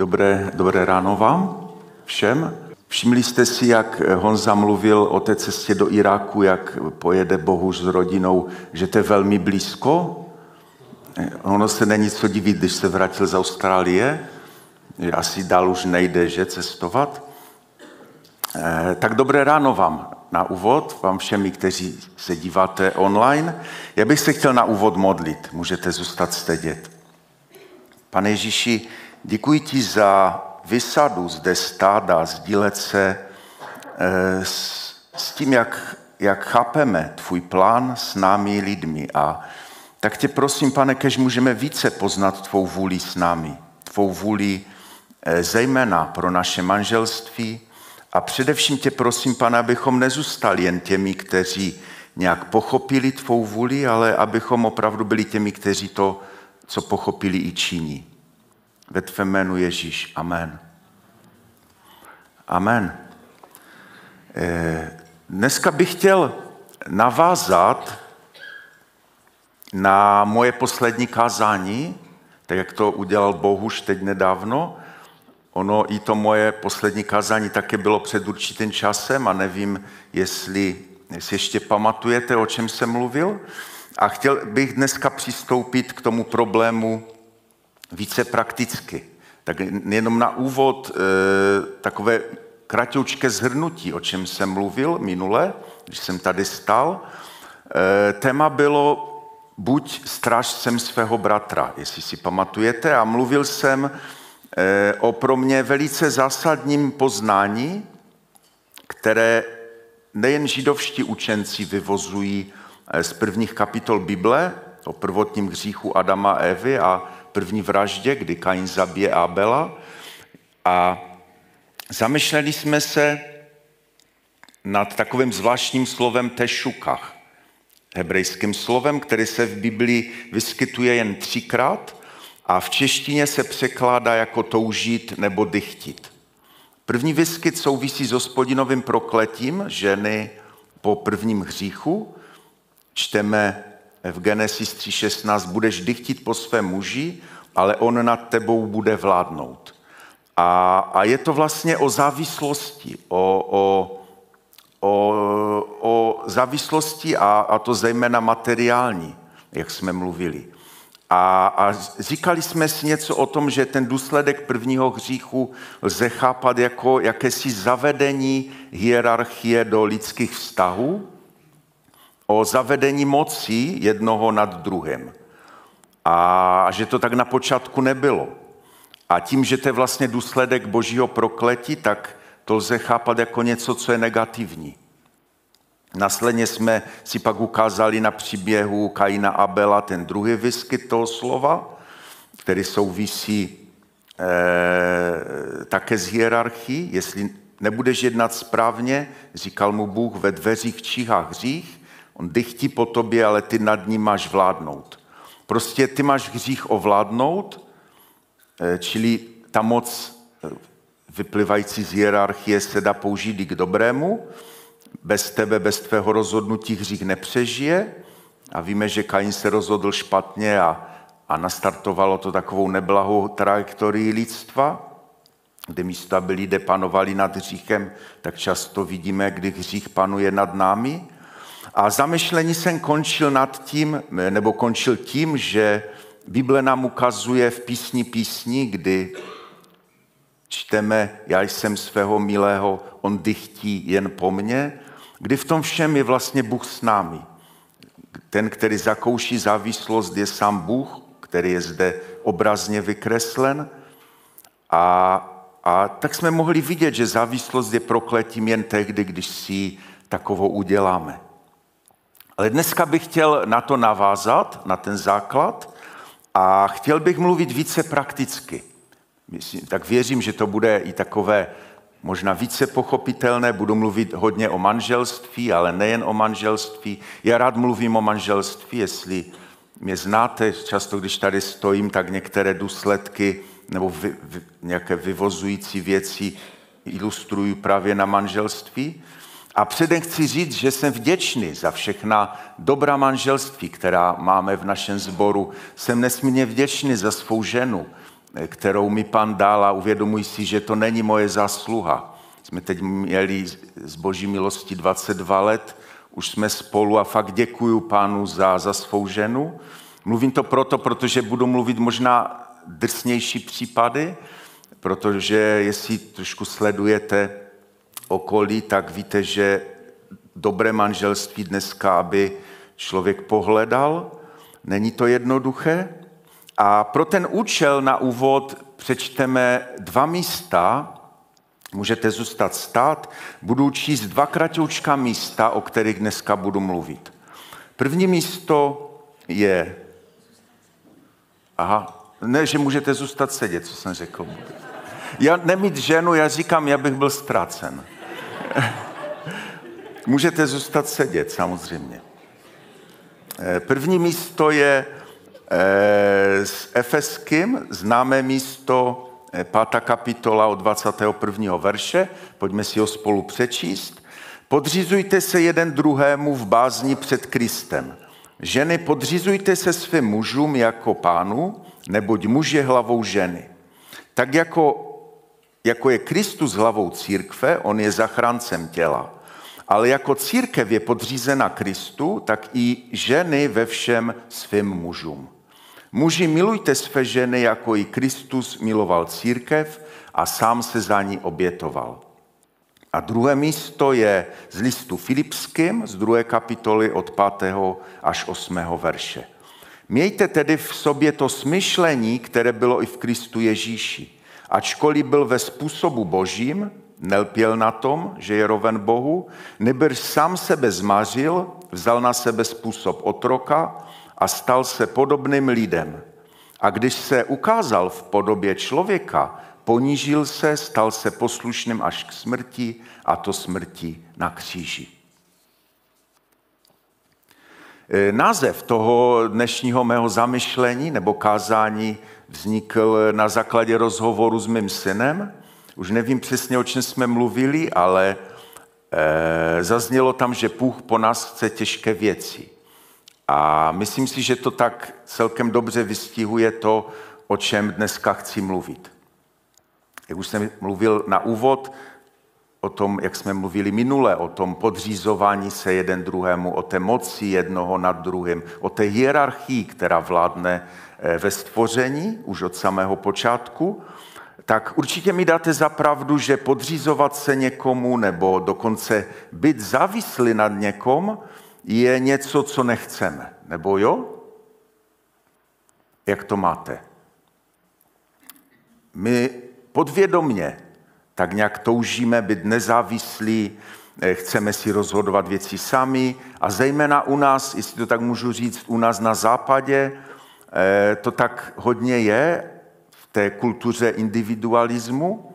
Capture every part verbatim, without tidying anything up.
Dobré, dobré ráno vám všem. Všimli jste si, jak Honza mluvil o té cestě do Iráku, jak pojede Bohuš s rodinou, že to je velmi blízko? Ono se není co divit, když se vrátil z Austrálie, asi dál už nejde, že cestovat. Eh, tak dobré ráno vám na úvod, vám všemi, kteří se díváte online. Já bych se chtěl na úvod modlit, můžete zůstat sedět. Pane Ježíši, děkuji ti za vysadu zde stáda, sdílet se eh, s, s tím, jak, jak chápeme tvůj plán s námi lidmi. A tak tě prosím, Pane, kež můžeme více poznat tvou vůli s námi. Tvou vůli eh, zejména pro naše manželství. A především tě prosím, Pane, abychom nezůstali jen těmi, kteří nějak pochopili tvou vůli, ale abychom opravdu byli těmi, kteří to, co pochopili, i činí. Ve tvém jménu Ježíš. Amen. Amen. Dneska bych chtěl navázat na moje poslední kázání, tak jak to udělal Bohuš teď nedávno. Ono i to moje poslední kázání také bylo před určitým časem a nevím, jestli si ještě pamatujete, o čem jsem mluvil. A chtěl bych dneska přistoupit k tomu problému více prakticky. Tak jenom na úvod e, takové kratoučké shrnutí, o čem jsem mluvil minule, když jsem tady stál. E, téma bylo buď strážcem svého bratra, jestli si pamatujete. A mluvil jsem e, o pro mě velice zásadním poznání, které nejen židovští učenci vyvozují z prvních kapitol Bible, o prvotním hříchu Adama a Evy a první vraždě, kdy Kain zabije Abela. A zamýšleli jsme se nad takovým zvláštním slovem tešukach, hebrejským slovem, který se v Biblii vyskytuje jen třikrát a v češtině se překládá jako toužit nebo dychtit. První výskyt souvisí s Hospodinovým prokletím ženy po prvním hříchu. Čteme v Genesis tři šestnáct, budeš dychtit po svém muži, ale on nad tebou bude vládnout. A, a je to vlastně o závislosti, o, o, o, o závislosti a, a to zejména materiální, jak jsme mluvili. A, a říkali jsme si něco o tom, že ten důsledek prvního hříchu lze chápat jako jakési zavedení hierarchie do lidských vztahů, o zavedení moci jednoho nad druhým. A že to tak na počátku nebylo. A tím, že to je vlastně důsledek božího prokletí, tak to lze chápat jako něco, co je negativní. Následně jsme si pak ukázali na příběhu Kaina a Abela ten druhý výskyt toho slova, který souvisí eh, také s hierarchií. Jestli nebudeš jednat správně, říkal mu Bůh, ve dveřích číhá hřích, on dychtí po tobě, ale ty nad ním máš vládnout. Prostě ty máš hřích ovládnout, čili ta moc vyplývající z hierarchie se dá použít i k dobrému. Bez tebe, bez tvého rozhodnutí hřích nepřežije. A víme, že Kain se rozhodl špatně a, a nastartovalo to takovou neblahou trajektorii lidstva, kde místo, aby lidé panovali nad hříchem, tak často vidíme, kdy hřích panuje nad námi. A zamyšlení jsem končil nad tím, nebo končil tím, že Bible nám ukazuje v písni písni, kdy čteme, já jsem svého milého, on dychtí jen po mně, kdy v tom všem je vlastně Bůh s námi. Ten, který zakouší závislost, je sám Bůh, který je zde obrazně vykreslen. A, a tak jsme mohli vidět, že závislost je prokletím jen tehdy, když si takovou uděláme. Ale dneska bych chtěl na to navázat, na ten základ, a chtěl bych mluvit více prakticky. Tak věřím, že to bude i takové možná více pochopitelné. Budu mluvit hodně o manželství, ale nejen o manželství. Já rád mluvím o manželství, jestli mě znáte, často když tady stojím, tak některé důsledky nebo vy, vy, nějaké vyvozující věci ilustruju právě na manželství. A předem chci říct, že jsem vděčný za všechna dobrá manželství, která máme v našem sboru. Jsem nesmírně vděčný za svou ženu, kterou mi Pán dal a uvědomuji si, že to není moje zásluha. Jsme teď měli z Boží milosti dvacet dva let, už jsme spolu a fakt děkuju Pánu za, za svou ženu. Mluvím to proto, protože budu mluvit možná drsnější případy, protože jestli trošku sledujete okolí, tak víte, že dobré manželství dneska, aby člověk pohledal, není to jednoduché. A pro ten účel na úvod přečteme dva místa, můžete zůstat stát, budu číst dva kratoučká místa, o kterých dneska budu mluvit. První místo je... Aha, ne, že můžete zůstat sedět, co jsem řekl. Já nemít ženu, já říkám, já bych byl ztracen. Můžete zůstat sedět, samozřejmě. První místo je s Efeským, známé místo, pátá kapitola od dvacátého prvního verše, pojďme si ho spolu přečíst. Podřizujte se jeden druhému v bázni před Kristem. Ženy, podřizujte se svým mužům jako Pánu, neboť muž je hlavou ženy. Tak jako, jako je Kristus hlavou církve, on je zachráncem těla. Ale jako církev je podřízena Kristu, tak i ženy ve všem svým mužům. Muži, milujte své ženy, jako i Kristus miloval církev a sám se za ní obětoval. A druhé místo je z listu Filipským, z druhé kapitoly od pátého až osmého verše. Mějte tedy v sobě to smyšlení, které bylo i v Kristu Ježíši. Ačkoliv byl ve způsobu božím, nelpěl na tom, že je roven Bohu, nýbrž sám sebe zmařil, vzal na sebe způsob otroka a stal se podobným lidem. A když se ukázal v podobě člověka, ponížil se, stal se poslušným až k smrti, a to smrti na kříži. Název toho dnešního mého zamyšlení nebo kázání vznikl na základě rozhovoru s mým synem. Už nevím přesně, o čem jsme mluvili, ale e, zaznělo tam, že Bůh po nás chce těžké věci. A myslím si, že to tak celkem dobře vystihuje to, o čem dneska chci mluvit. Jak už jsem mluvil na úvod, o tom, jak jsme mluvili minule, o tom podřízování se jeden druhému, o té moci jednoho nad druhým, o té hierarchii, která vládne ve stvoření už od samého počátku, tak určitě mi dáte za pravdu, že podřízovat se někomu nebo dokonce být závislý nad někom je něco, co nechceme. Nebo jo? Jak to máte? My podvědomně tak nějak toužíme být nezávislí, chceme si rozhodovat věci sami a zejména u nás, jestli to tak můžu říct, u nás na západě, to tak hodně je v té kultuře individualismu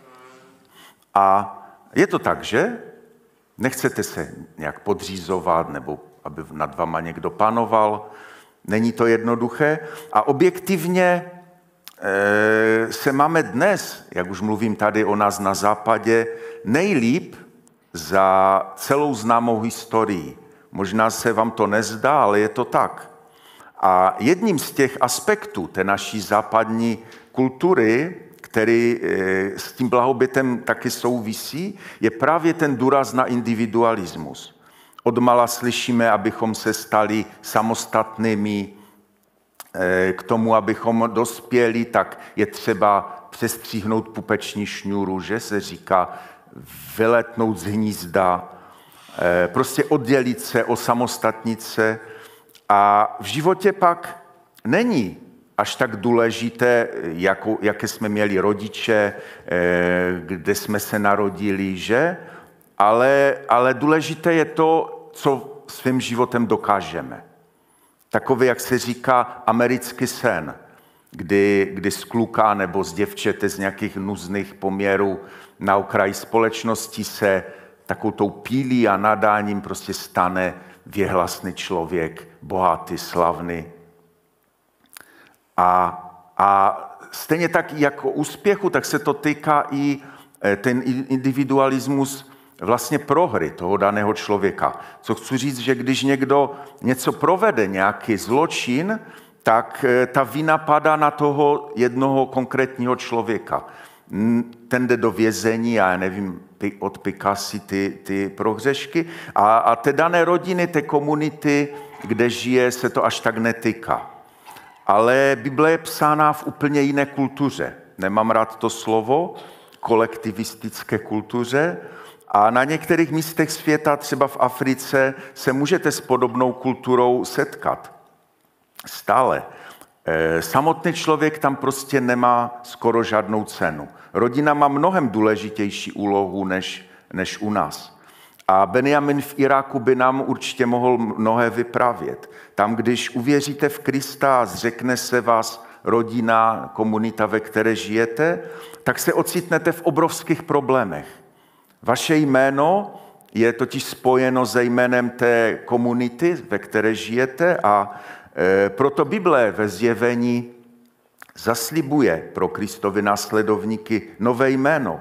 a je to tak, že nechcete se nějak podřízovat nebo aby nad váma někdo panoval, není to jednoduché a objektivně se máme dnes, jak už mluvím tady o nás na západě, nejlíp za celou známou historii. Možná se vám to nezdá, ale je to tak. A jedním z těch aspektů té naší západní kultury, který s tím blahobytem taky souvisí, je právě ten důraz na individualismus. Odmala slyšíme, abychom se stali samostatnými, k tomu, abychom dospěli, tak je třeba přestříhnout pupeční šňůru, že se říká vyletnout z hnízda, prostě oddělit se, osamostatnit se. A v životě pak není až tak důležité, jako, jaké jsme měli rodiče, kde jsme se narodili, že? Ale, ale důležité je to, co svým životem dokážeme. Takový, jak se říká, americký sen, kdy, kdy z kluka nebo z děvčete z nějakých nuzných poměrů na okraji společnosti se takovou tou pílí a nadáním prostě stane věhlasný člověk, bohatý, slavný. A, a stejně tak jako úspěchu, tak se to týká i ten individualismus vlastně prohry toho daného člověka. Co chci říct, že když někdo něco provede, nějaký zločin, tak ta vina padá na toho jednoho konkrétního člověka. Ten jde do vězení, a já nevím, odpyká si ty, ty prohřešky a, a té dané rodiny, té komunity, kde žije, se to až tak netýká. Ale Bible je psána v úplně jiné kultuře. Nemám rád to slovo, kolektivistické kultuře. A na některých místech světa, třeba v Africe, se můžete s podobnou kulturou setkat. Stále. E, samotný člověk tam prostě nemá skoro žádnou cenu. Rodina má mnohem důležitější úlohu než, než u nás. A Benjamin v Iráku by nám určitě mohl mnohé vyprávět. Tam, když uvěříte v Krista a zřekne se vás rodina, komunita, ve které žijete, tak se ocitnete v obrovských problémech. Vaše jméno je totiž spojeno se jménem té komunity, ve které žijete, a e, proto Bible ve Zjevení zaslibuje pro Kristovy následovníky nové jméno.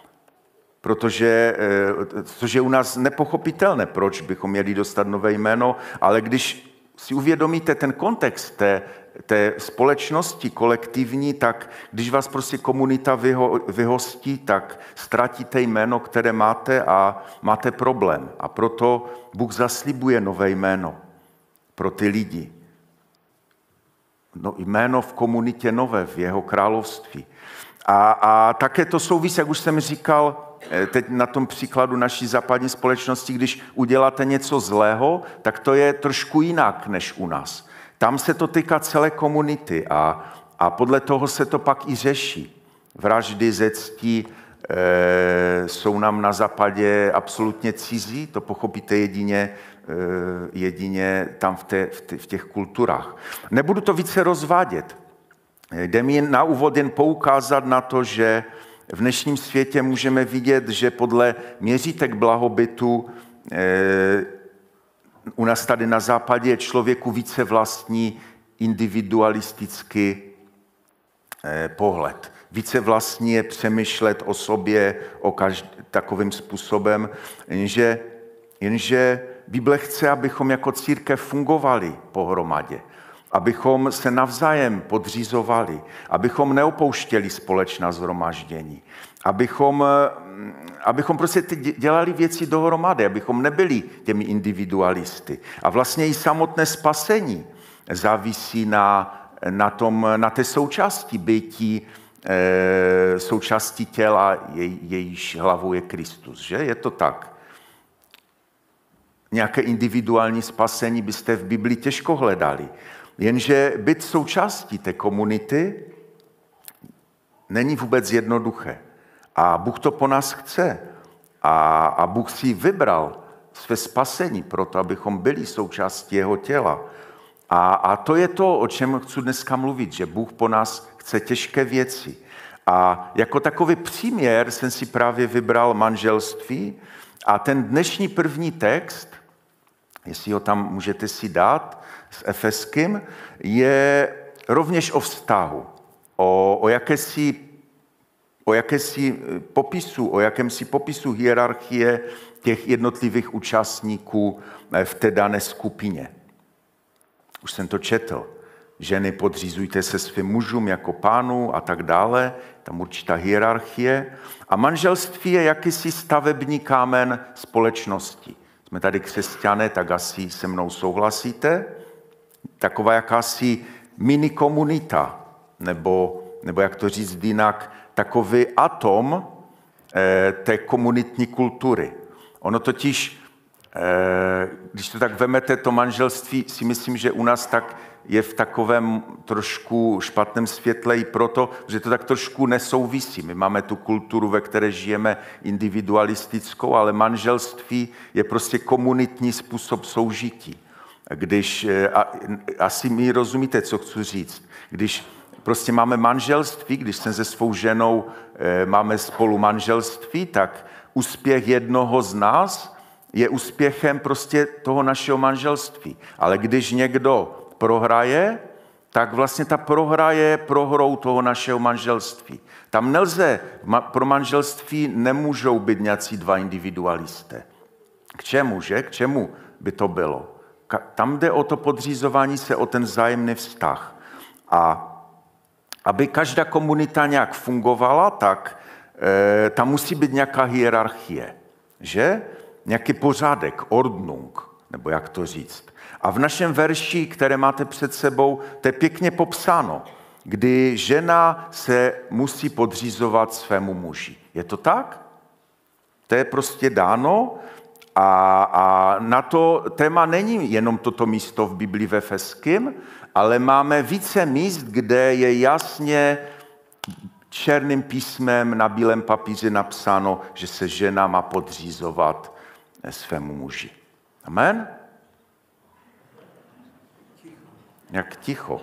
Protože, což je u nás nepochopitelné, proč bychom měli dostat nové jméno, ale když si uvědomíte ten kontext té, té společnosti kolektivní, tak když vás prostě komunita vyho, vyhostí, tak ztratíte jméno, které máte, a máte problém. A proto Bůh zaslibuje nové jméno pro ty lidi. No, jméno v komunitě nové, v jeho království. A, a také to souvisí, jak už jsem říkal, teď na tom příkladu naší západní společnosti, když uděláte něco zlého, tak to je trošku jinak než u nás. Tam se to týká celé komunity a, a podle toho se to pak i řeší. Vraždy, zectí e, jsou nám na západě absolutně cizí, to pochopíte jedině, e, jedině tam v, té, v, té, v těch kulturách. Nebudu to více rozvádět. Jde mi na úvod jen poukázat na to, že v dnešním světě můžeme vidět, že podle měřítek blahobytu e, u nás tady na západě je člověku více vlastní individualistický e, pohled. Více vlastní je přemýšlet o sobě o každ- takovým způsobem, jenže, jenže Bible chce, abychom jako církev fungovali pohromadě. Abychom se navzájem podřizovali, abychom neopouštěli společná shromaždění, abychom, abychom prostě dělali věci dohromady, abychom nebyli těmi individualisty. A vlastně i samotné spasení závisí na, na, tom, na té součásti bytí, e, součásti těla, jej, jejíž hlavou je Kristus. Že? Je to tak. Nějaké individuální spasení byste v Biblii těžko hledali. Jenže být součástí té komunity není vůbec jednoduché. A Bůh to po nás chce. A, a Bůh si vybral své spasení proto, abychom byli součástí jeho těla. A, a to je to, o čem chci dneska mluvit, že Bůh po nás chce těžké věci. A jako takový příměr jsem si právě vybral manželství. A ten dnešní první text, jestli ho tam můžete si dát, s Efeským, je rovněž o vztahu, o, o, jakési, o jakési popisu, o jakémsi popisu hierarchie těch jednotlivých účastníků v té dané skupině. Už jsem to četl. Ženy, podřizujte se svým mužům jako pánu a tak dále. Tam určitá hierarchie. A manželství je jakýsi stavební kámen společnosti. Jsme tady křesťané, tak asi se mnou souhlasíte. Taková jakási mini komunita, nebo, nebo jak to říct jinak, takový atom eh, té komunitní kultury. Ono totiž, eh, když to tak vemete, to manželství, si myslím, že u nás tak je v takovém trošku špatném světle i proto, že to tak trošku nesouvisí. My máme tu kulturu, ve které žijeme individualistickou, ale manželství je prostě komunitní způsob soužití. Když, a, asi mi rozumíte, co chci říct. Když prostě máme manželství, když jsem se svou ženou máme spolu manželství, tak úspěch jednoho z nás je úspěchem prostě toho našeho manželství. Ale když někdo prohraje, tak vlastně ta prohra je prohrou toho našeho manželství. Tam nelze, pro manželství nemůžou být nějací dva individualisté. K čemu, že? K čemu by to bylo? Tam jde o to podřízování se, o ten vzájemný vztah. A aby každá komunita nějak fungovala, tak e, tam musí být nějaká hierarchie, že? Nějaký pořádek, Ordnung, nebo jak to říct. A v našem verši, které máte před sebou, to je pěkně popsáno, kdy žena se musí podřízovat svému muži. Je to tak? To je prostě dáno a, a na to téma není jenom toto místo v Biblii ve Efeským, ale máme více míst, kde je jasně černým písmem na bílém papíře napsáno, že se žena má podřízovat svému muži. Amen? Jak ticho.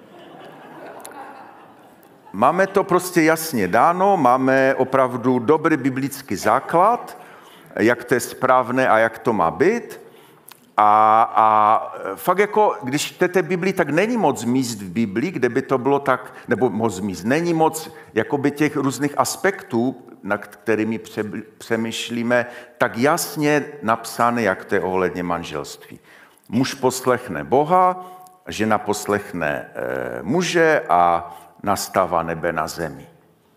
Máme to prostě jasně dáno, máme opravdu dobrý biblický základ, jak to je správné a jak to má být. A, a fakt jako, když čtete Biblii, tak není moc míst v Biblii, kde by to bylo tak, nebo moc míst, není moc jakoby těch různých aspektů, nad kterými přemýšlíme, tak jasně napsané, jak to je ohledně manželství. Muž poslechne Boha, žena poslechne e, muže a nastává nebe na zemi.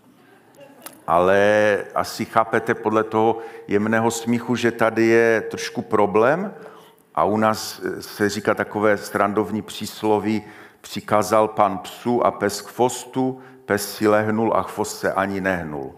Ale asi chápete podle toho jemného smíchu, že tady je trošku problém a u nás se říká takové srandovní přísloví, přikázal Pán psu a pes k chvostu, pes si lehnul a chvost se ani nehnul.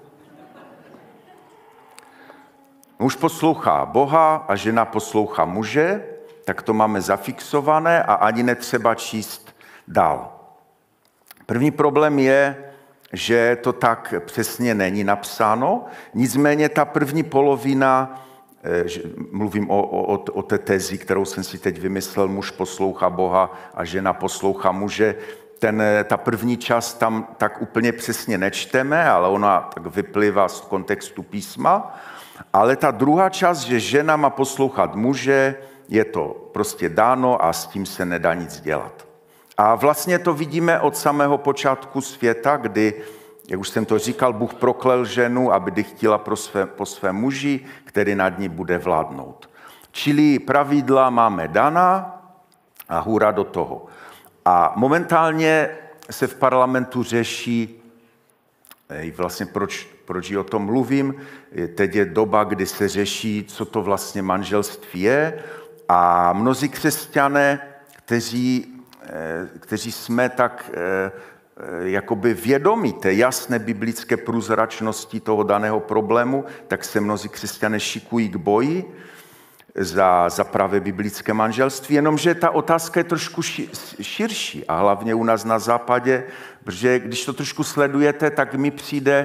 Muž poslouchá Boha a žena poslouchá muže, tak to máme zafixované a ani netřeba číst dál. První problém je, že to tak přesně není napsáno, nicméně ta první polovina, mluvím o, o, o té tezi, kterou jsem si teď vymyslel, muž poslouchá Boha a žena poslouchá muže, ten, ta první část tam tak úplně přesně nečteme, ale ona tak vyplývá z kontextu písma, ale ta druhá část, že žena má poslouchat muže, je to prostě dáno a s tím se nedá nic dělat. A vlastně to vidíme od samého počátku světa, kdy, jak už jsem to říkal, Bůh proklel ženu, aby dychtila pro své, po svém muži, který nad ní bude vládnout. Čili pravidla máme daná a hurá do toho. A momentálně se v parlamentu řeší, vlastně proč, proč o tom mluvím, teď je doba, kdy se řeší, co to vlastně manželství je a mnozí křesťané, kteří kteří jsme tak jakoby vědomí té jasné biblické průzračnosti toho daného problému, tak se mnozí křesťané šikují k boji za, za pravé biblické manželství, jenomže ta otázka je trošku širší a hlavně u nás na západě, protože když to trošku sledujete, tak mi přijde,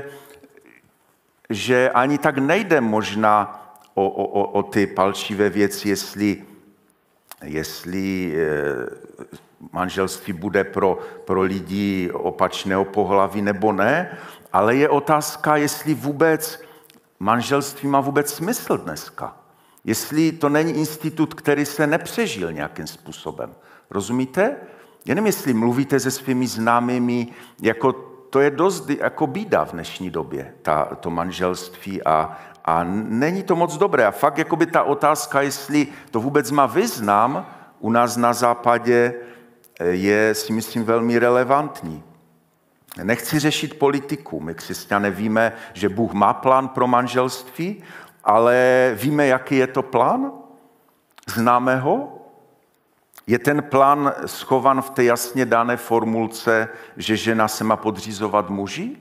že ani tak nejde možná o, o, o ty palčivé věci, jestli, jestli manželství bude pro, pro lidi opačného pohlaví nebo ne, ale je otázka, jestli vůbec manželství má vůbec smysl dneska. Jestli to není institut, který se nepřežil nějakým způsobem. Rozumíte? Já nevím, jestli mluvíte se svými známými, jako to je dost jako bída v dnešní době, ta, to manželství a, a není to moc dobré. A fakt jakoby ta otázka, jestli to vůbec má význam u nás na západě, je, si myslím, velmi relevantní. Nechci řešit politiku. My křesťané víme, že Bůh má plán pro manželství, ale víme, jaký je to plán? Známe ho? Je ten plán schovan v té jasně dané formulce, že žena se má podřízovat muži?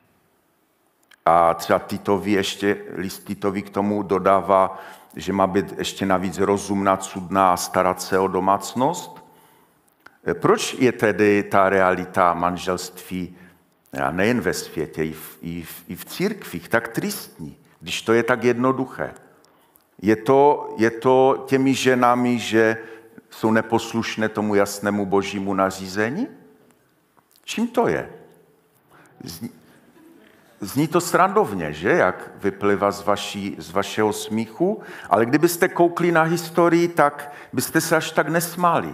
A třeba Titovi ještě, list Titovi k tomu dodává, že má být ještě navíc rozumná, cudná a starat se o domácnost? Proč je tedy ta realita manželství a nejen ve světě, i v, i, v, i v církvích tak tristní, když to je tak jednoduché? Je to, je to těmi ženami, že jsou neposlušné tomu jasnému božímu nařízení? Čím to je? Zní, zní to srandovně, že? Jak vyplývá z, vaší, z vašeho smíchu, ale kdybyste koukli na historii, tak byste se až tak nesmáli.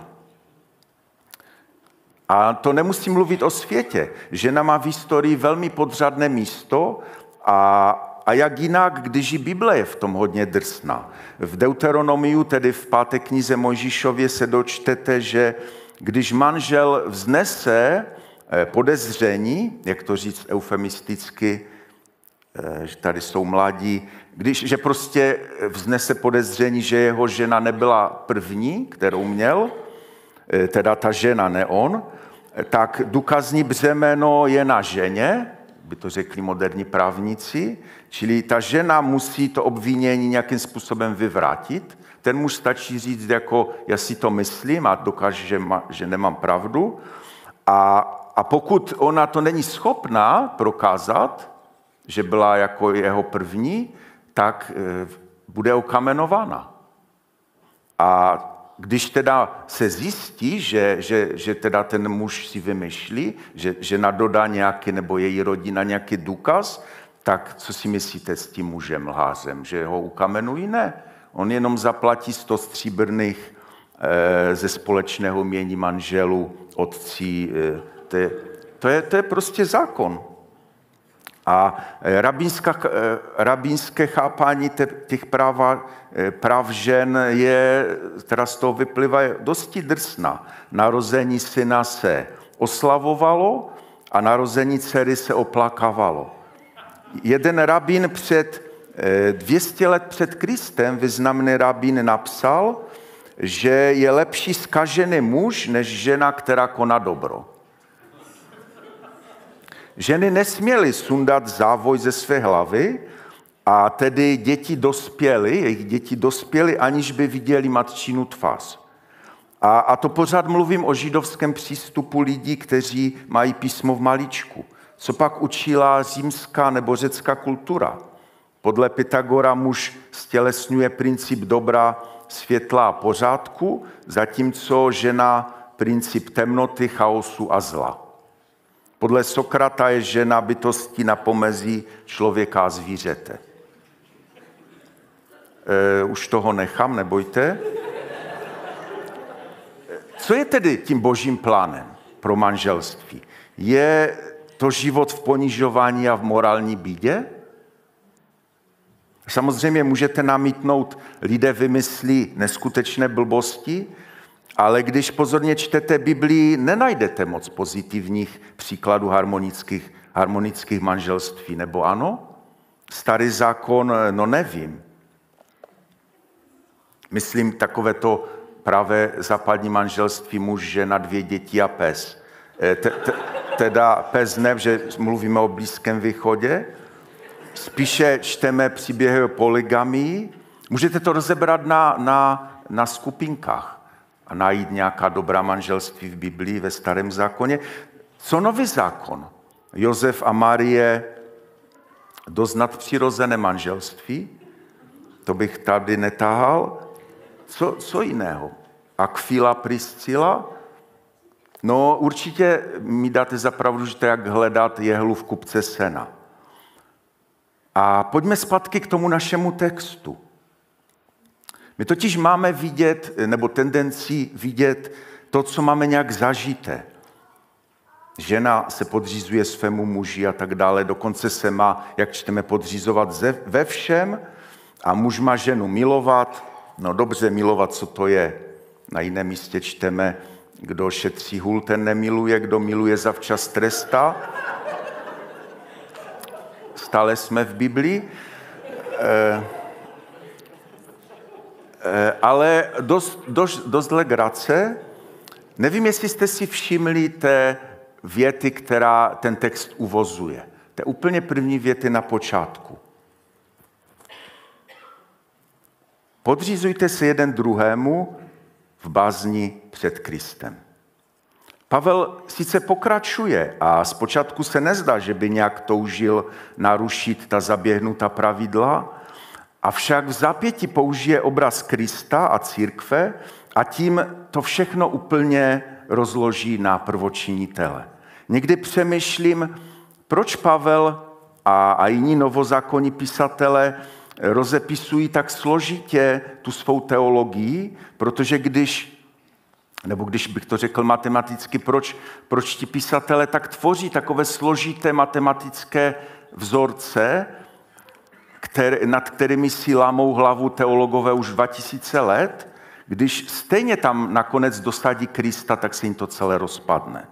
A to nemusím mluvit o světě. Žena má v historii velmi podřadné místo a a jak jinak, když i Bible je v tom hodně drsná. V Deuteronomiu, tedy v páté knize Mojžíšově, se dočtete, že když manžel vznese podezření, jak to říct eufemisticky, že tady jsou mladí, když, že prostě vznese podezření, že jeho žena nebyla první, kterou měl, teda ta žena, ne on, tak důkazní břemeno je na ženě, by to řekli moderní právníci, čili ta žena musí to obvinění nějakým způsobem vyvrátit. Ten muž stačí říct, jako já si to myslím a dokáže, že, ma, že nemám pravdu. A, a pokud ona to není schopná prokázat, že byla jako jeho první, tak e, bude okamenována. A když teda se zjistí, že, že, že teda ten muž si vymyšlí, že žena dodá nějaký, nebo její rodina nějaký důkaz, tak co si myslíte s tím mužem lhářem? Že ho ukamenují? Ne. On jenom zaplatí sto stříbrných e, ze společného jmění manželů, otcí. E, to, je, to, je, to je prostě zákon. A rabínská, rabínské chápání těch práv, práv žen je, teda z toho vyplývá, dosti drsná. Narození syna se oslavovalo a narození dcery se oplakávalo. Jeden rabín před dvě stě let před Kristem, významný rabín, napsal, že je lepší zkažený muž, než žena, která koná dobro. Ženy nesměly sundat závoj ze své hlavy a tedy děti dospěly, jejich děti dospěly, aniž by viděli matčinu tvář. A, a to pořád mluvím o židovském přístupu lidí, kteří mají písmo v malíčku. Co pak učila římská nebo řecká kultura? Podle Pythagora muž stělesňuje princip dobra, světla a pořádku, zatímco žena princip temnoty, chaosu a zla. Podle Sokrata je žena bytostí na pomezí člověka a zvířete. E, už toho nechám, nebojte. Co je tedy tím božím plánem pro manželství? Je to život v ponižování a v morální bídě? Samozřejmě můžete namítnout, lidé vymyslí neskutečné blbosti, ale když pozorně čtete Biblii, nenajdete moc pozitivních příkladů harmonických, harmonických manželství, nebo ano? Starý zákon, no nevím. Myslím takové to pravé západní manželství, muž, žena, dvě děti a pes. Te, te, teda pes ne, že mluvíme o Blízkém východě. Spíše čteme příběhy o polygamii. Můžete to rozebrat na, na, na skupinkách a najít nějaká dobrá manželství v Biblii, ve Starém zákoně. Co nový zákon? Josef a Marie, dost nadpřirozené manželství, to bych tady netahal. Co, co jiného? Akvila, Priscila? No určitě mi dáte za pravdu, že to je jak hledat jehlu v kupce sena. A pojďme zpátky k tomu našemu textu. My totiž máme vidět, nebo tendenci vidět to, co máme nějak zažité. Žena se podřizuje svému muži a tak dále, dokonce se má, jak čteme, podřizovat ve všem a muž má ženu milovat. No dobře, milovat, co to je? Na jiném místě čteme, kdo šetří hůl, ten nemiluje, kdo miluje zavčas trestá. Stále jsme v Biblii. E, e, ale dost, dost, dost legrace. Nevím, jestli jste si všimli té věty, která ten text uvozuje. To je úplně první věty na počátku. Podřizujte se jeden druhému v bázni před Kristem. Pavel sice pokračuje a zpočátku se nezdá, že by nějak toužil narušit ta zaběhnutá pravidla, avšak v zápěti použije obraz Krista a církve a tím to všechno úplně rozloží na prvočinitele. Někdy přemýšlím, proč Pavel a, a jiní novozákonní pisatele rozepisují tak složitě tu svou teologii, protože když, nebo když bych to řekl matematicky, proč, proč ti pisatele tak tvoří takové složité matematické vzorce, který, nad kterými si lámou hlavu teologové už dva tisíce let, když stejně tam nakonec dosadí Krista, tak se jim to celé rozpadne.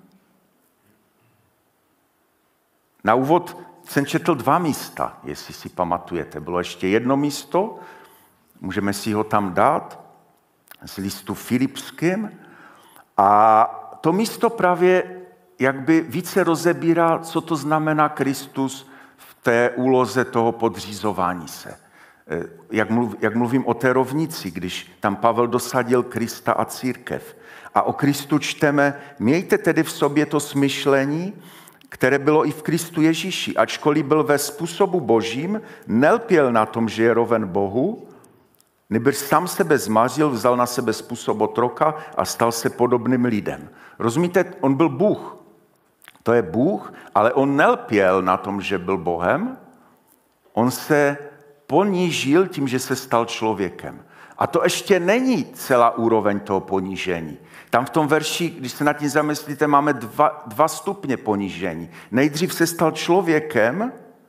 Na úvod jsem četl dva místa, jestli si pamatujete. Bylo ještě jedno místo, můžeme si ho tam dát, z listu Filipským. A to místo právě jakby více rozebírá, co to znamená Kristus v té úloze toho podřízování se. Jak, mluv, jak mluvím o té rovnici, když tam Pavel dosadil Krista a církev. A o Kristu čteme, mějte tedy v sobě to smyšlení, které bylo i v Kristu Ježíši. Ačkoliv byl ve způsobu božím, nelpěl na tom, že je roven Bohu, nýbrž sám sebe zmařil, vzal na sebe způsob otroka a stal se podobným lidem. Rozumíte, on byl Bůh. To je Bůh, ale on nelpěl na tom, že byl Bohem. On se ponížil tím, že se stal člověkem. A to ještě není celá úroveň toho ponížení. Tam v tom verši, když se nad tím zamyslíte, máme dva, dva stupně ponížení. Nejdřív se stal člověkem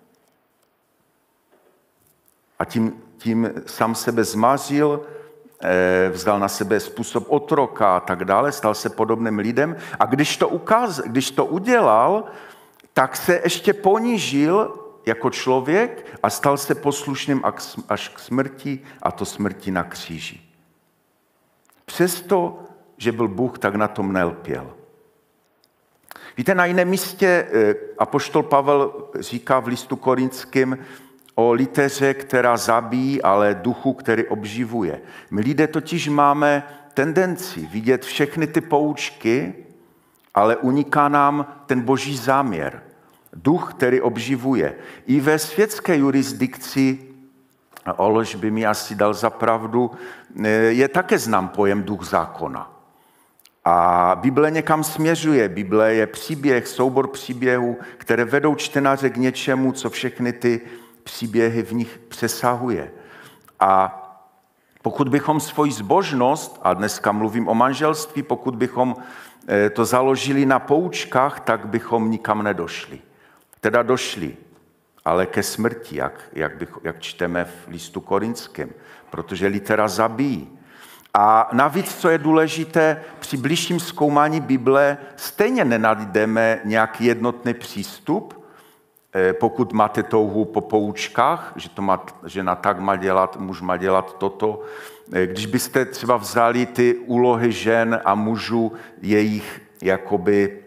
a tím, tím sám sebe zmařil, vzal na sebe způsob otroka a tak dále, stal se podobným lidem. A když to, ukaz, když to udělal, tak se ještě ponížil jako člověk a stal se poslušným až k smrti, a to smrti na kříži. Přesto, že byl Bůh, tak na tom nelpěl. Víte, na jiném místě apoštol Pavel říká v listu Korinským o liteře, která zabíjí, ale duchu, který obživuje. My lidé totiž máme tendenci vidět všechny ty poučky, ale uniká nám ten boží záměr. Duch, který obživuje. I ve světské jurisdikci, Ološ by mi asi dal za pravdu, je také znám pojem duch zákona. A Bible někam směřuje. Bible je příběh, soubor příběhů, které vedou čtenáře k něčemu, co všechny ty příběhy v nich přesahuje. A pokud bychom svoji zbožnost, a dneska mluvím o manželství, pokud bychom to založili na poučkách, tak bychom nikam nedošli. Teda došli, ale ke smrti, jak, jak, bych, jak čteme v listu Korinském, protože litera zabíjí. A navíc, co je důležité, při bližším zkoumání Bible stejně nenajdeme nějaký jednotný přístup, pokud máte touhu po poučkách, že, to má, žena tak má dělat, muž má dělat toto. Když byste třeba vzali ty úlohy žen a mužů, jejich jakoby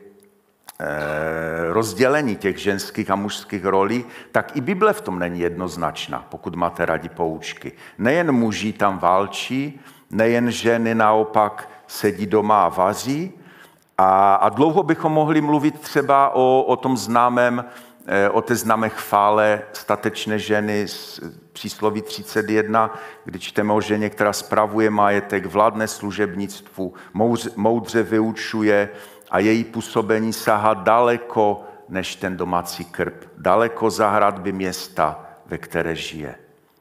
rozdělení těch ženských a mužských rolí, tak i Bible v tom není jednoznačná, pokud máte rádi poučky. Nejen muži tam válčí, nejen ženy naopak sedí doma a vaří. A, a dlouho bychom mohli mluvit třeba o, o tom známém, o té známé chvále statečné ženy z přísloví třicet jedna, kdy čteme o ženě, která spravuje majetek, vládne služebnictvu, moudře vyučuje a její působení sahá daleko než ten domácí krb, daleko za hradby města, ve které žije.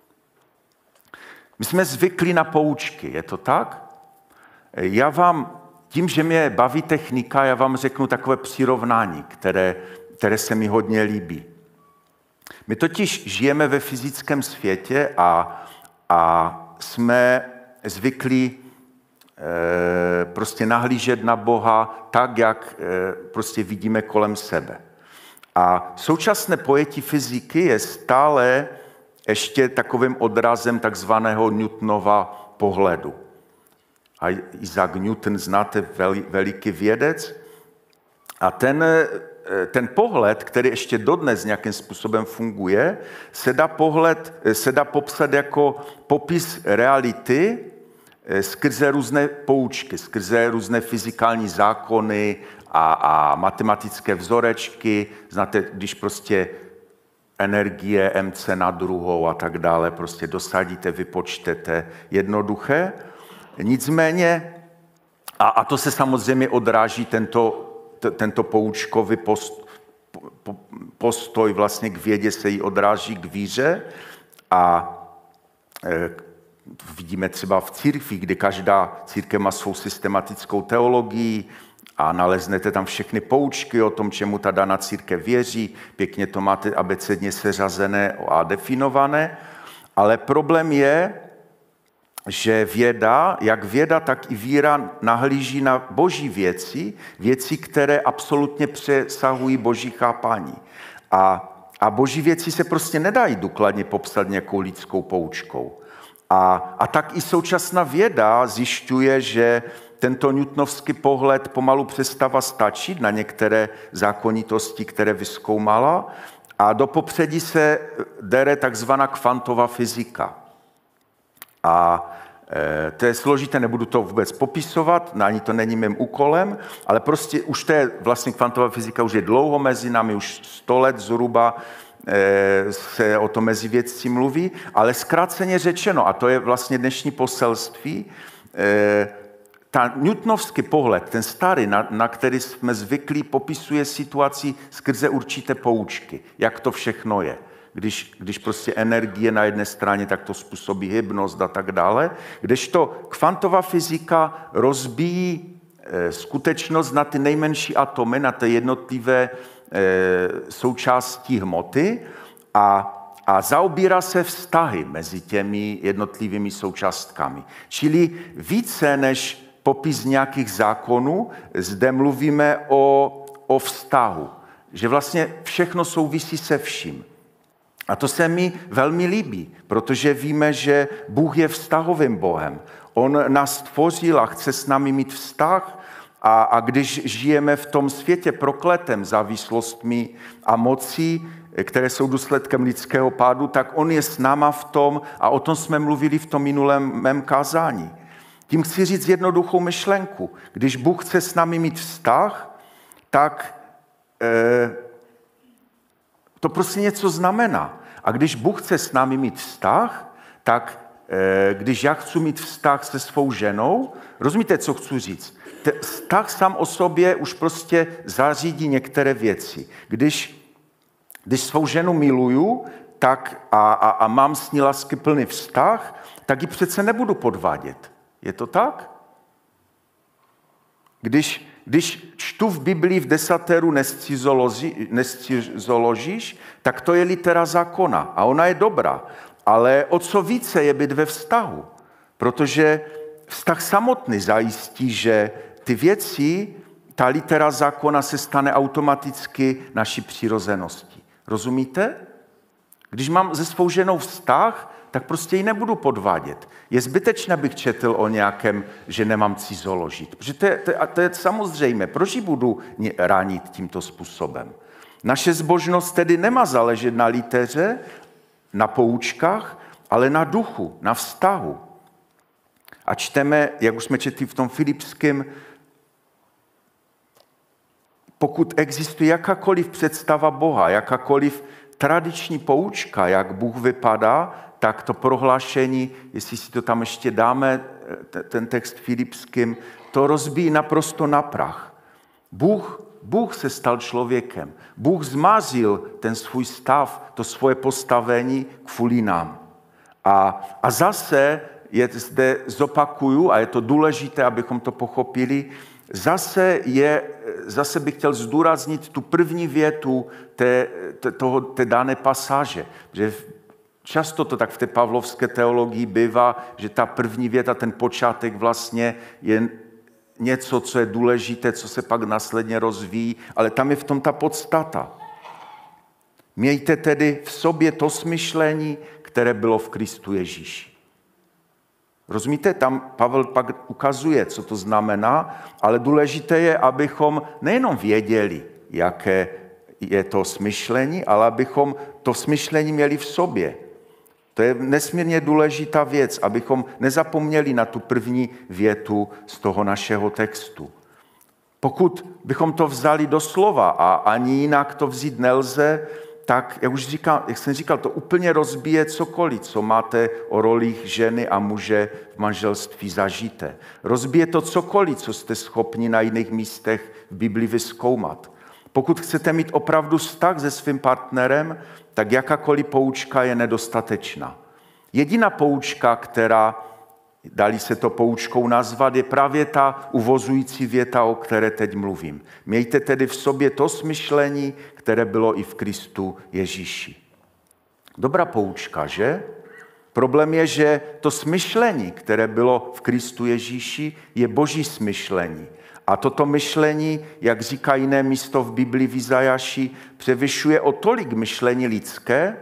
My jsme zvyklí na poučky, je to tak? Já vám, tím, že mě baví technika, já vám řeknu takové přirovnání, které, které se mi hodně líbí. My totiž žijeme ve fyzickém světě a, a jsme zvyklí e, prostě nahlížet na Boha tak, jak e, prostě vidíme kolem sebe. A současné pojetí fyziky je stále ještě takovým odrazem takzvaného Newtonova pohledu. A Isaac Newton, znáte, veliký vědec. A ten, ten pohled, který ještě dodnes nějakým způsobem funguje, se dá, pohled, se dá popsat jako popis reality skrze různé poučky, skrze různé fyzikální zákony a, a matematické vzorečky. Znáte, když prostě energie em cé na druhou a tak dále, prostě dosadíte, vypočtete, jednoduché. Nicméně, a, a to se samozřejmě odráží tento, t, tento poučkový post, po, postoj vlastně k vědě se jí odráží k víře a e, vidíme třeba v církvi, kdy každá církev má svou systematickou teologii a naleznete tam všechny poučky o tom, čemu ta daná církev věří, pěkně to máte abecedně seřazené a definované, ale problém je, že věda, jak věda, tak i víra nahlíží na boží věci, věci, které absolutně přesahují boží chápání. A, a boží věci se prostě nedají důkladně popsat nějakou lidskou poučkou. A, a tak i současná věda zjišťuje, že tento newtonovský pohled pomalu přestává stačit na některé zákonitosti, které vyzkoumala, a do popředí se dere takzvaná kvantová fyzika. A e, to je složité, nebudu to vůbec popisovat, ani to není mým úkolem, ale prostě už to je vlastně kvantová fyzika, už je dlouho mezi námi, už sto let zhruba e, se o to mezi vědci mluví, ale zkráceně řečeno, a to je vlastně dnešní poselství, e, ta newtonovský pohled, ten starý, na, na který jsme zvyklí, popisuje situaci skrze určité poučky, jak to všechno je. Když, když prostě energie na jedné straně, tak to způsobí hybnost a tak dále. Kdežto kvantová fyzika rozbíjí e, skutečnost na ty nejmenší atomy, na ty jednotlivé e, součásti hmoty a, a zaobírá se vztahy mezi těmi jednotlivými součástkami. Čili více než popis nějakých zákonů, zde mluvíme o, o vztahu, že vlastně všechno souvisí se vším. A to se mi velmi líbí, protože víme, že Bůh je vztahovým Bohem. On nás stvořil a chce s námi mít vztah a, a když žijeme v tom světě prokletém závislostmi a mocí, které jsou důsledkem lidského pádu, tak on je s náma v tom a o tom jsme mluvili v tom minulém mém kázání. Tím chci říct jednoduchou myšlenku. Když Bůh chce s námi mít vztah, tak e, to prostě něco znamená. A když Bůh chce s námi mít vztah, tak e, když já chci mít vztah se svou ženou, rozumíte, co chci říct? Ten vztah sám o sobě už prostě zařídí některé věci. Když, když svou ženu miluju tak a, a, a mám s ní láskyplný vztah, tak ji přece nebudu podvádět. Je to tak? Když, když čtu v Biblii v desateru nescizoložíš, tak to je litera zákona a ona je dobrá. Ale o co více je být ve vztahu? Protože vztah samotný zajistí, že ty věci, ta litera zákona se stane automaticky naší přirozeností. Rozumíte? Když mám se svou ženou vztah, tak prostě ji nebudu podvádět. Je zbytečné, abych četl o nějakém, že nemám cizoložit. Protože to je, to, je, to je samozřejmé. Proč ji budu ránit tímto způsobem? Naše zbožnost tedy nemá záležet na liteře, na poučkách, ale na duchu, na vztahu. A čteme, jak už jsme četli v tom Filipském, pokud existuje jakákoliv představa Boha, jakákoliv tradiční poučka, jak Bůh vypadá, tak to prohlášení, jestli si to tam ještě dáme, ten text Filipským, to rozbíjí naprosto na prach. Bůh, Bůh se stal člověkem. Bůh zmazil ten svůj stav, to svoje postavení kvůli nám. A, a zase je zde zopakuju, a je to důležité, abychom to pochopili, zase, je, zase bych chtěl zdůraznit tu první větu té, té, toho, té dané pasáže. Že často to tak v té pavlovské teologii bývá, že ta první věta, ten počátek vlastně je něco, co je důležité, co se pak následně rozvíjí, ale tam je v tom ta podstata. Mějte tedy v sobě to smyšlení, které bylo v Kristu Ježíši. Rozumíte? Tam Pavel pak ukazuje, co to znamená, ale důležité je, abychom nejenom věděli, jaké je to smyšlení, ale abychom to smyšlení měli v sobě. To je nesmírně důležitá věc, abychom nezapomněli na tu první větu z toho našeho textu. Pokud bychom to vzali do slova a ani jinak to vzít nelze, tak, jak už říkal, jak jsem říkal, to úplně rozbije cokoliv, co máte o rolích ženy a muže v manželství zažité. Rozbije to cokoliv, co jste schopni na jiných místech v Biblii vyzkoumat. Pokud chcete mít opravdu vztah se svým partnerem, tak jakákoliv poučka je nedostatečná. Jediná poučka, která dali se to poučkou nazvat, je právě ta uvozující věta, o které teď mluvím. Mějte tedy v sobě to smyšlení, které bylo i v Kristu Ježíši. Dobrá poučka, že? Problém je, že to smyšlení, které bylo v Kristu Ježíši, je boží smyšlení. A toto myšlení, jak říká jiné místo v Biblii v Izajaši, převyšuje o tolik myšlení lidské,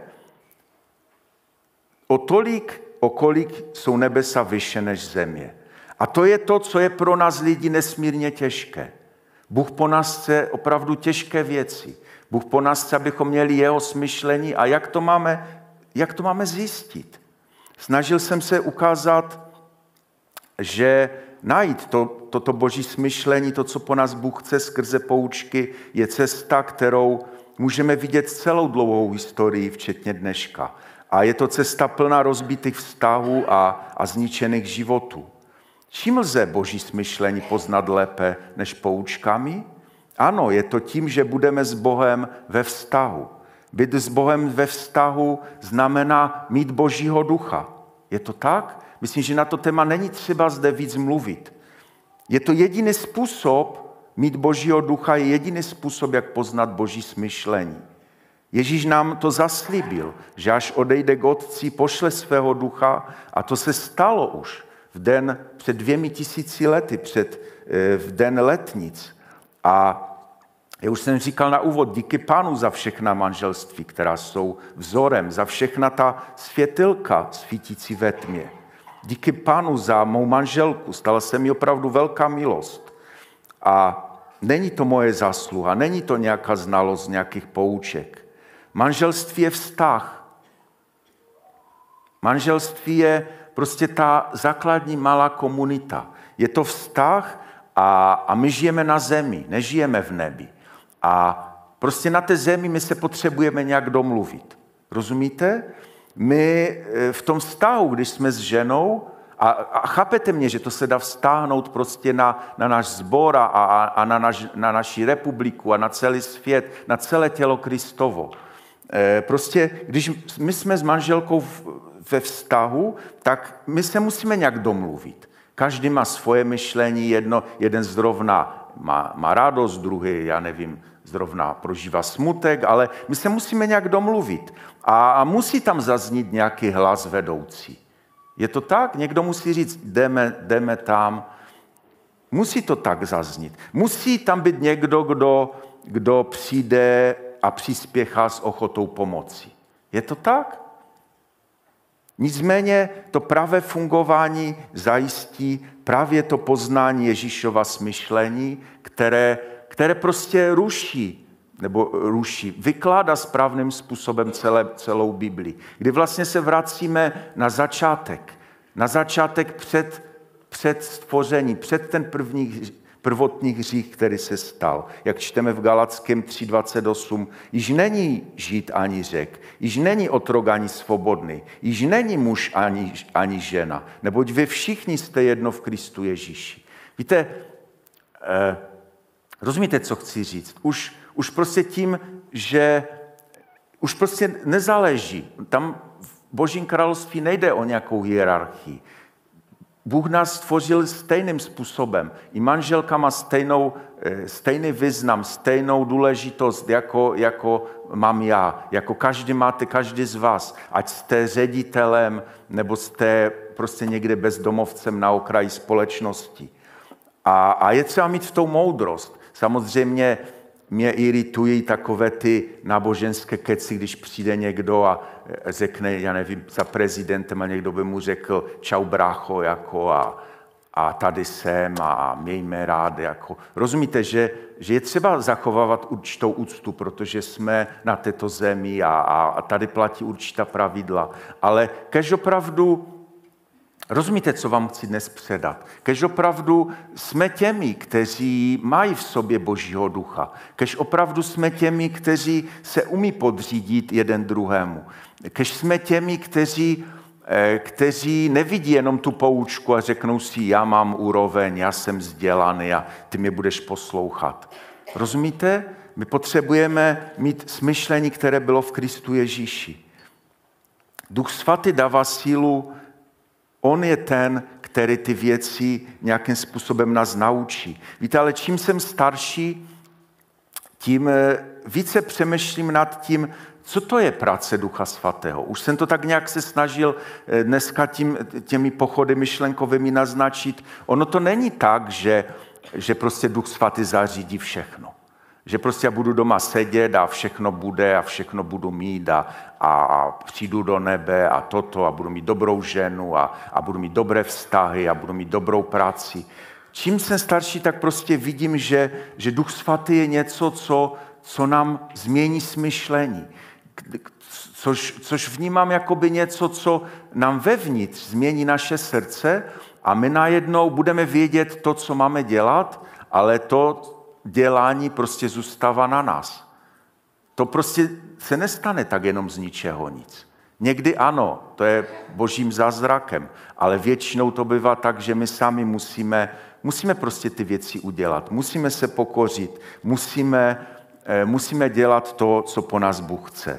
o tolik, o kolik jsou nebesa vyše než země. A to je to, co je pro nás lidi nesmírně těžké. Bůh po nás chce opravdu těžké věci. Bůh po nás chce, abychom měli jeho smyšlení. A jak to máme, jak to máme zjistit? Snažil jsem se ukázat, že najít to, toto boží smyšlení, to, co po nás Bůh chce skrze poučky, je cesta, kterou můžeme vidět celou dlouhou historii, včetně dneška. A je to cesta plná rozbitých vztahů a, a zničených životů. Čím lze boží smyšlení poznat lépe než poučkami? Ano, je to tím, že budeme s Bohem ve vztahu. Být s Bohem ve vztahu znamená mít božího ducha. Je to tak? Myslím, že na to téma není třeba zde víc mluvit. Je to jediný způsob, mít božího ducha je jediný způsob, jak poznat boží smyšlení. Ježíš nám to zaslíbil, že až odejde k Otci, pošle svého ducha a to se stalo už v den před dvěmi tisíci lety, před, v den letnic. A já už jsem říkal na úvod, díky Pánu za všechna manželství, která jsou vzorem, za všechna ta světilka svítící ve tmě. Díky Pánu za mou manželku, stala se mi opravdu velká milost. A není to moje zásluha, není to nějaká znalost nějakých pouček. Manželství je vztah. Manželství je prostě ta základní malá komunita. Je to vztah a, a my žijeme na zemi, nežijeme v nebi. A prostě na té zemi my se potřebujeme nějak domluvit. Rozumíte? My v tom vztahu, když jsme s ženou, a, a chápete mě, že to se dá vztáhnout prostě na, na náš sbor a, a na, naš, na naši republiku a na celý svět, na celé tělo Kristovo. E, prostě, když my jsme s manželkou v, ve vztahu, tak my se musíme nějak domluvit. Každý má svoje myšlení, jedno, jeden zrovna má, má radost, druhý, já nevím, zrovna prožívá smutek, ale my se musíme nějak domluvit. A, a musí tam zaznít nějaký hlas vedoucí. Je to tak? Někdo musí říct, jdeme, jdeme tam. Musí to tak zaznít. Musí tam být někdo, kdo, kdo přijde a přispěchá s ochotou pomoci. Je to tak? Nicméně to pravé fungování zajistí právě to poznání Ježíšova smyšlení, které, které prostě ruší, nebo ruší, vykládá správným způsobem celé, celou Bibli. Kdy vlastně se vracíme na začátek. Na začátek před, před stvoření, před ten první, prvotní hřích, který se stal. Jak čteme v Galackém tři dvacet osm, již není žid ani Řek, již není otrok ani svobodný, již není muž ani, ani žena, neboť vy všichni jste jedno v Kristu Ježíši. Víte, eh, rozumíte, co chci říct? Už, už prostě tím, že už prostě nezáleží. Tam v Božím království nejde o nějakou hierarchii. Bůh nás stvořil stejným způsobem. I manželka má stejnou, stejný význam, stejnou důležitost, jako, jako mám já. Jako každý máte, každý z vás. Ať jste ředitelem, nebo jste prostě někde bezdomovcem na okraji společnosti. A, a je třeba mít v tom moudrost. Samozřejmě mě iritují takové ty náboženské keci, když přijde někdo a řekne, já nevím, za prezidentem a někdo by mu řekl čau brácho, jako a, a tady jsem a mějme rád. Jako. Rozumíte, že, že je třeba zachovávat určitou úctu, protože jsme na této zemi a, a, a tady platí určitá pravidla. Ale kež opravdu, rozumíte, co vám chci dnes předat? Kež opravdu jsme těmi, kteří mají v sobě Božího ducha. Kež opravdu jsme těmi, kteří se umí podřídit jeden druhému. Kež jsme těmi, kteří, kteří nevidí jenom tu poučku a řeknou si, já mám úroveň, já jsem vzdělaný a ty mě budeš poslouchat. Rozumíte? My potřebujeme mít smyšlení, které bylo v Kristu Ježíši. Duch svatý dává sílu. On je ten, které ty věci nějakým způsobem nás naučí. Víte, ale čím jsem starší, tím více přemýšlím nad tím, co to je práce Ducha Svatého. Už jsem to tak nějak se snažil dneska tím, těmi pochody myšlenkovými naznačit. Ono to není tak, že, že prostě Duch Svatý zařídí všechno. Že prostě já budu doma sedět a všechno bude a všechno budu mít a, a, a přijdu do nebe a toto a budu mít dobrou ženu a, a budu mít dobré vztahy a budu mít dobrou práci. Čím jsem starší, tak prostě vidím, že, že Duch Svatý je něco, co, co nám změní smyšlení. Což, což vnímám jakoby něco, co nám vevnitř změní naše srdce a my najednou budeme vědět to, co máme dělat, ale to dělání prostě zůstává na nás. To prostě se nestane tak jenom z ničeho nic. Někdy ano, to je božím zázrakem, ale většinou to bývá tak, že my sami musíme, musíme prostě ty věci udělat. Musíme se pokořit, musíme, musíme dělat to, co po nás Bůh chce.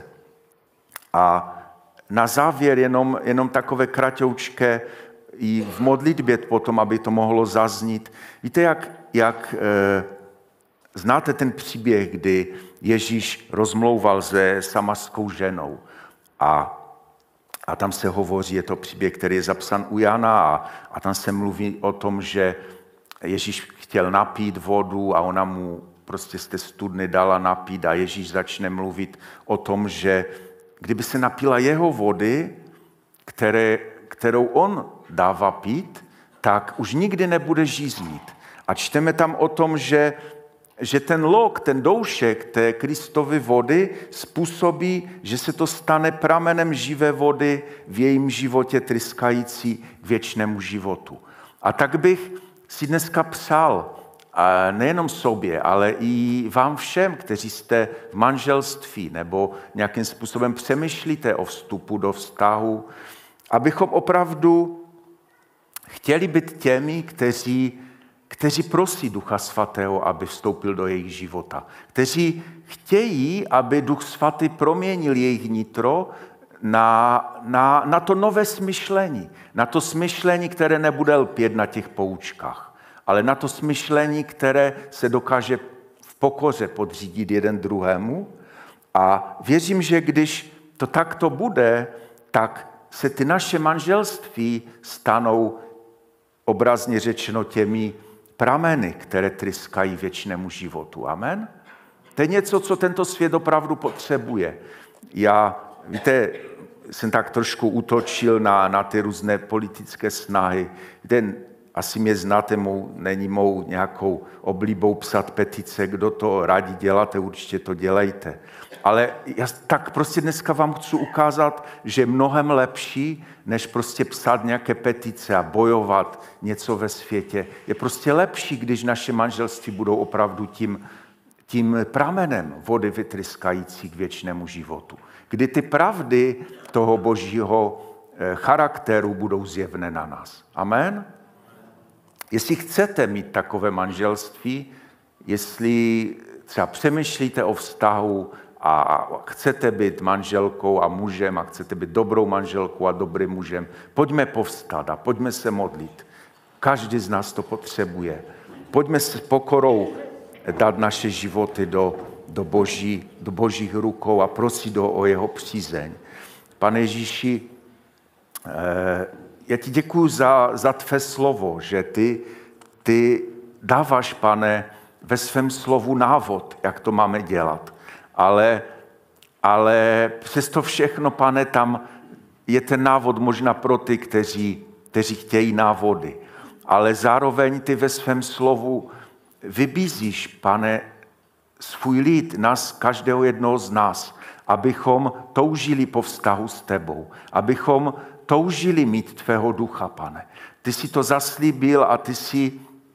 A na závěr jenom, jenom takové kratoučké i v modlitbě potom, aby to mohlo zaznít. Víte, jak, jak e, znáte ten příběh, kdy Ježíš rozmlouval se samarskou ženou a, a tam se hovoří, je to příběh, který je zapsán u Jana a, a tam se mluví o tom, že Ježíš chtěl napít vodu a ona mu prostě z té studny dala napít a Ježíš začne mluvit o tom, že kdyby se napila jeho vody, které, kterou on dává pít, tak už nikdy nebude žíznit. A čteme tam o tom, že, že ten lok, ten doušek té Kristovy vody způsobí, že se to stane pramenem živé vody v jejím životě tryskající k věčnému životu. A tak bych si dneska přál, a nejenom sobě, ale i vám všem, kteří jste v manželství nebo nějakým způsobem přemýšlíte o vstupu do vztahu, abychom opravdu chtěli být těmi, kteří, kteří prosí Ducha Svatého, aby vstoupil do jejich života. Kteří chtějí, aby Duch Svatý proměnil jejich nitro na, na, na to nové smyšlení. Na to smyšlení, které nebude lpět na těch poučkách, ale na to smyšlení, které se dokáže v pokoře podřídit jeden druhému. A věřím, že když to takto bude, tak se ty naše manželství stanou obrazně řečeno těmi prameny, které tryskají věčnému životu. Amen? To je něco, co tento svět opravdu potřebuje. Já, víte, jsem tak trošku útočil na, na ty různé politické snahy. Víte, asi mě znáte, mou, není mou nějakou oblíbou psat petice, kdo to rádi děláte, určitě to dělejte. Ale já tak prostě dneska vám chci ukázat, že je mnohem lepší, než prostě psát nějaké petice a bojovat něco ve světě. Je prostě lepší, když naše manželství budou opravdu tím, tím pramenem vody vytryskající k věčnému životu. Kdy ty pravdy toho božího charakteru budou zjevné na nás. Amen? Jestli chcete mít takové manželství, jestli třeba přemýšlíte o vztahu a chcete být manželkou a mužem a chcete být dobrou manželkou a dobrým mužem, pojďme povstat a pojďme se modlit. Každý z nás to potřebuje. Pojďme s pokorou dát naše životy do, do, boží, do božích rukou a prosit ho o jeho přízeň. Pane Ježíši, eh, já ti děkuju za, za tvé slovo, že ty, ty dáváš, Pane, ve svém slovu návod, jak to máme dělat. Ale, ale přesto všechno, Pane, tam je ten návod možná pro ty, kteří, kteří chtějí návody. Ale zároveň ty ve svém slovu vybízíš, Pane, svůj lid, nás, každého jednoho z nás, abychom toužili po vztahu s tebou, abychom toužili mít tvého ducha, Pane. Ty jsi to zaslíbil a ty jsi,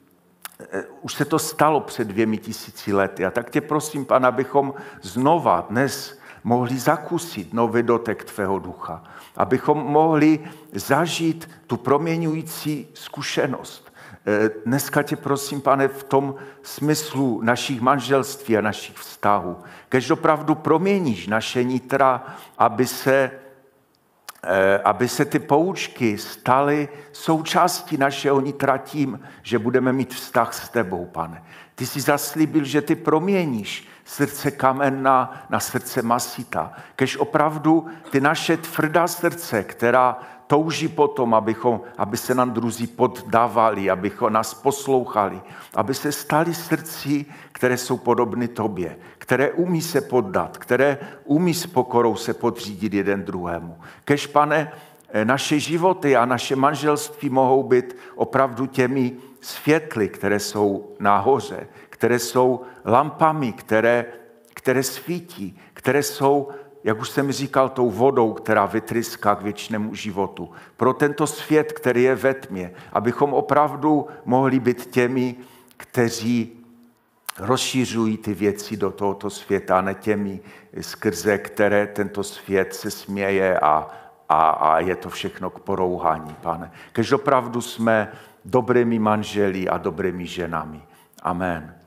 už se to stalo před dvěmi tisíci lety. A tak tě prosím, Pane, abychom znova dnes mohli zakusit nový dotek tvého ducha. Abychom mohli zažít tu proměňující zkušenost. Dneska tě prosím, Pane, v tom smyslu našich manželství a našich vztahů. Kež opravdu proměníš naše nitra, aby se aby se ty poučky staly součástí našeho nitra tím, že budeme mít vztah s tebou, Pane. Ty jsi zaslíbil, že ty proměníš srdce kamenná na srdce masita. Kež opravdu ty naše tvrdá srdce, která touží potom, abychom, aby se nám druzí poddávali, abychom nás poslouchali, aby se stali srdci, které jsou podobny tobě, které umí se poddat, které umí s pokorou se podřídit jeden druhému. Kež, Pane, naše životy a naše manželství mohou být opravdu těmi světly, které jsou nahoře, které jsou lampami, které, které svítí, které jsou, jak už jsem říkal, tou vodou, která vytryská k věčnému životu. Pro tento svět, který je ve tmě, abychom opravdu mohli být těmi, kteří rozšířují ty věci do tohoto světa, ne těmi, skrze které tento svět se směje a, a, a je to všechno k porouhání, Pane. Kež opravdu jsme dobrými manželi a dobrými ženami. Amen.